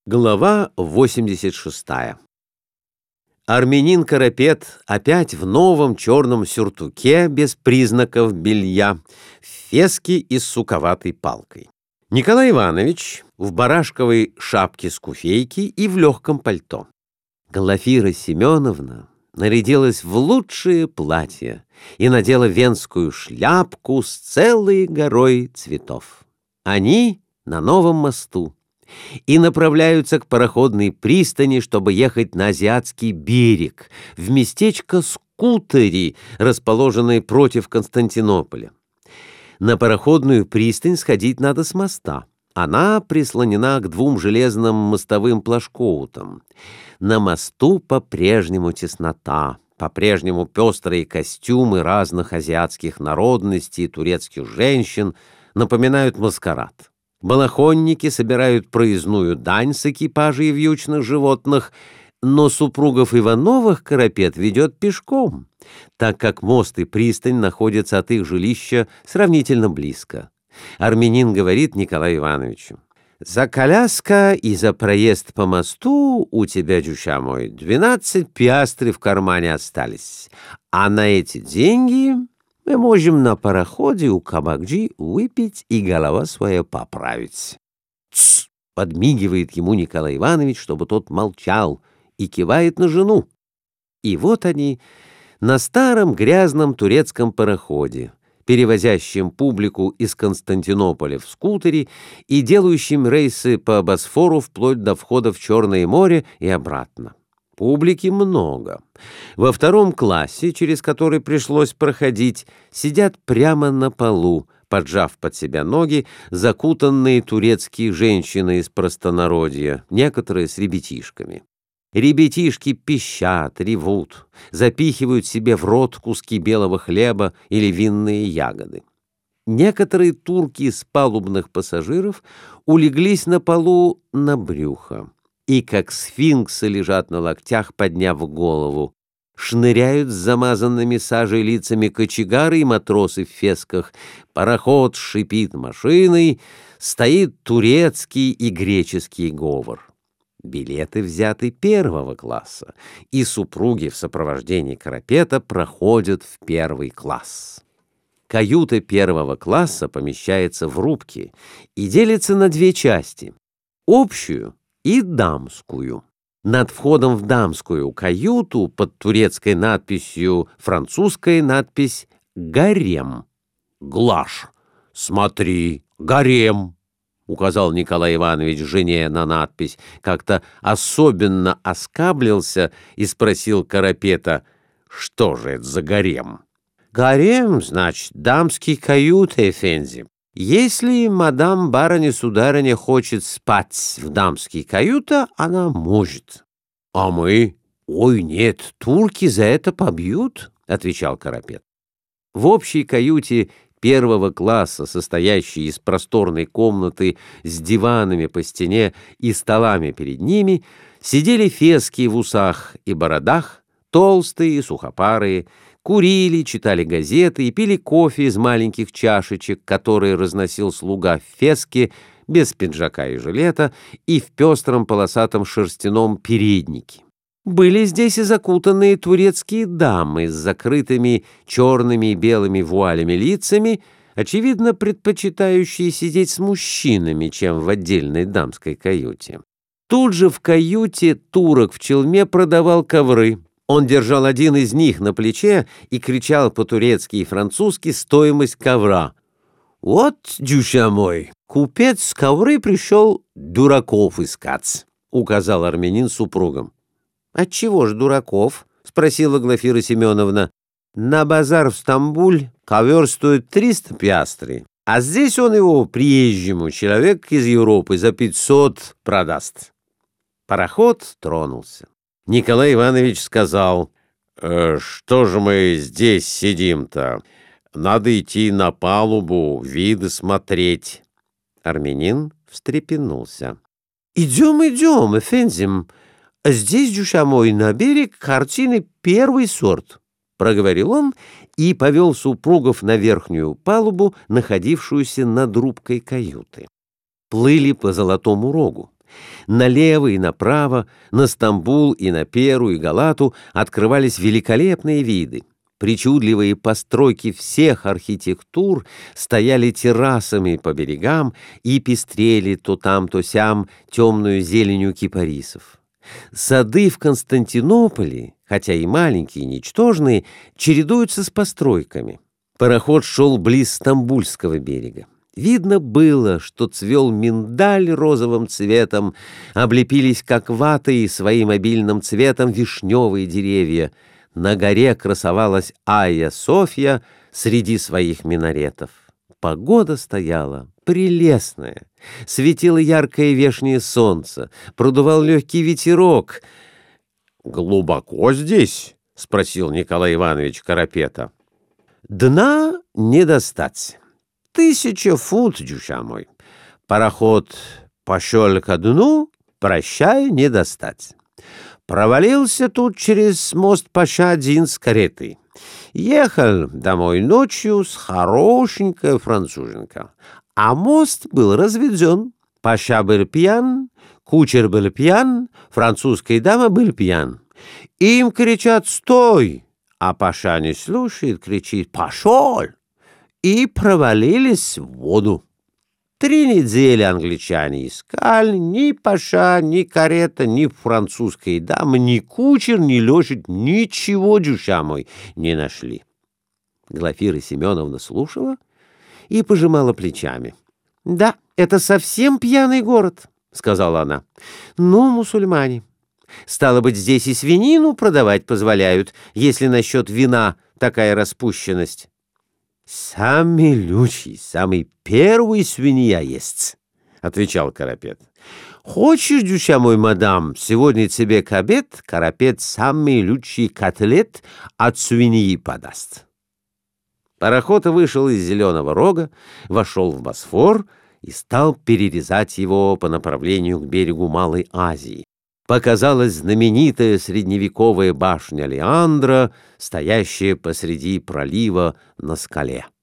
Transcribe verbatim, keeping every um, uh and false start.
Глава восемьдесят шестая. Армянин Карапет опять в новом черном сюртуке без признаков белья, в феске и с суковатой палкой. Николай Иванович в барашковой шапке с куфейки и в легком пальто. Глафира Семеновна нарядилась в лучшее платье и надела венскую шляпку с целой горой цветов. Они на новом мосту и направляются к пароходной пристани, чтобы ехать на Азиатский берег, в местечко Скутари, расположенное против Константинополя. На пароходную пристань сходить надо с моста. Она прислонена к двум железным мостовым плашкоутам. На мосту по-прежнему теснота, по-прежнему пестрые костюмы разных азиатских народностей и турецких женщин напоминают маскарад. Балахонники собирают проездную дань с экипажей вьючных животных, но супругов Ивановых Карапет ведет пешком, так как мост и пристань находятся от их жилища сравнительно близко. Армянин говорит Николаю Ивановичу: «За коляска и за проезд по мосту у тебя, дюша мой, двенадцать пиастры в кармане остались, а на эти деньги мы можем на пароходе у Кабакджи выпить и голова своя поправить». «Тсс!» — подмигивает ему Николай Иванович, чтобы тот молчал, и кивает на жену. И вот они на старом грязном турецком пароходе, перевозящем публику из Константинополя в Скутари и делающим рейсы по Босфору вплоть до входа в Черное море и обратно. Публики много. Во втором классе, через который пришлось проходить, сидят прямо на полу, поджав под себя ноги, закутанные турецкие женщины из простонародья, некоторые с ребятишками. Ребятишки пищат, ревут, запихивают себе в рот куски белого хлеба или винные ягоды. Некоторые турки из палубных пассажиров улеглись на полу на брюхо и, как сфинксы, лежат на локтях, подняв голову. Шныряют с замазанными сажей лицами кочегары и матросы в фесках. Пароход шипит машиной, стоит турецкий и греческий говор. Билеты взяты первого класса, и супруги в сопровождении Карапета проходят в первый класс. Каюта первого класса помещается в рубке и делится на две части — общую и дамскую. Над входом в дамскую каюту под турецкой надписью французская надпись «Гарем». «Глаш, смотри, гарем», — указал Николай Иванович жене на надпись, как-то особенно оскаблился и спросил Карапета: «Что же это за гарем?» «Гарем, значит, дамский каюта, эфенди. Если мадам барыня-сударыня хочет спать в дамской каюте, она может». «А мы?» «Ой, нет, турки за это побьют», — отвечал Карапет. В общей каюте первого класса, состоящей из просторной комнаты с диванами по стене и столами перед ними, сидели фески в усах и бородах, толстые и сухопарые, курили, читали газеты и пили кофе из маленьких чашечек, которые разносил слуга в феске, без пиджака и жилета и в пестром полосатом шерстяном переднике. Были здесь и закутанные турецкие дамы с закрытыми черными и белыми вуалями лицами, очевидно, предпочитающие сидеть с мужчинами, чем в отдельной дамской каюте. Тут же в каюте турок в челме продавал ковры. Он держал один из них на плече и кричал по-турецки и французски стоимость ковра. «Вот, дюша мой, купец с ковры пришел дураков искать», — указал армянин супругам. «Отчего ж дураков?» — спросила Глафира Семеновна. «На базар в Стамбуль ковер стоит триста пиастры, а здесь он его приезжему человек из Европы за пятьсот продаст». Пароход тронулся. Николай Иванович сказал: э, «Что же мы здесь сидим-то? Надо идти на палубу, виды смотреть». Армянин встрепенулся. «Идем, идем, эфендим. Здесь, дюша мой, на берег картины первый сорт», — проговорил он и повел супругов на верхнюю палубу, находившуюся над рубкой каюты. Плыли по Золотому Рогу. Налево и направо, на Стамбул и на Перу и Галату открывались великолепные виды. Причудливые постройки всех архитектур стояли террасами по берегам и пестрели то там, то сям темную зеленью кипарисов. Сады в Константинополе, хотя и маленькие, и ничтожные, чередуются с постройками. Пароход шел близ Стамбульского берега. Видно было, что цвел миндаль розовым цветом, облепились как ватой своим обильным цветом вишневые деревья. На горе красовалась Айя Софья среди своих минаретов. Погода стояла прелестная. Светило яркое вешнее солнце, продувал легкий ветерок. «Глубоко здесь?» — спросил Николай Иванович Карапета. «Дна не достать. Тысяча фут, дюша мой. Пароход пошел ко дну, прощай, не достать. Провалился тут через мост Паша один с каретой. Ехал домой ночью с хорошенькой француженка. А мост был разведен. Паша был пьян, кучер был пьян, французская дама был пьян. Им кричат «Стой!», а Паша не слушает, кричит «Пошел!» и провалились в воду. Три недели англичане искали, ни Паша, ни карета, ни французская дама, ни кучер, ни лошадь, ничего, дюша мой, не нашли. Глафира Семеновна слушала и пожимала плечами. «Да, это совсем пьяный город», — сказала она. «Ну, мусульмане, стало быть, здесь и свинину продавать позволяют, если насчет вина такая распущенность». «Самый лучший, самый первый свинья есть», — отвечал Карапет. «Хочешь, дюша мой, мадам, сегодня тебе к обед Карапет самый лучший котлет от свиньи подаст». Пароход вышел из Зеленого Рога, вошел в Босфор и стал перерезать его по направлению к берегу Малой Азии. Показалась знаменитая средневековая башня Леандра, стоящая посреди пролива на скале.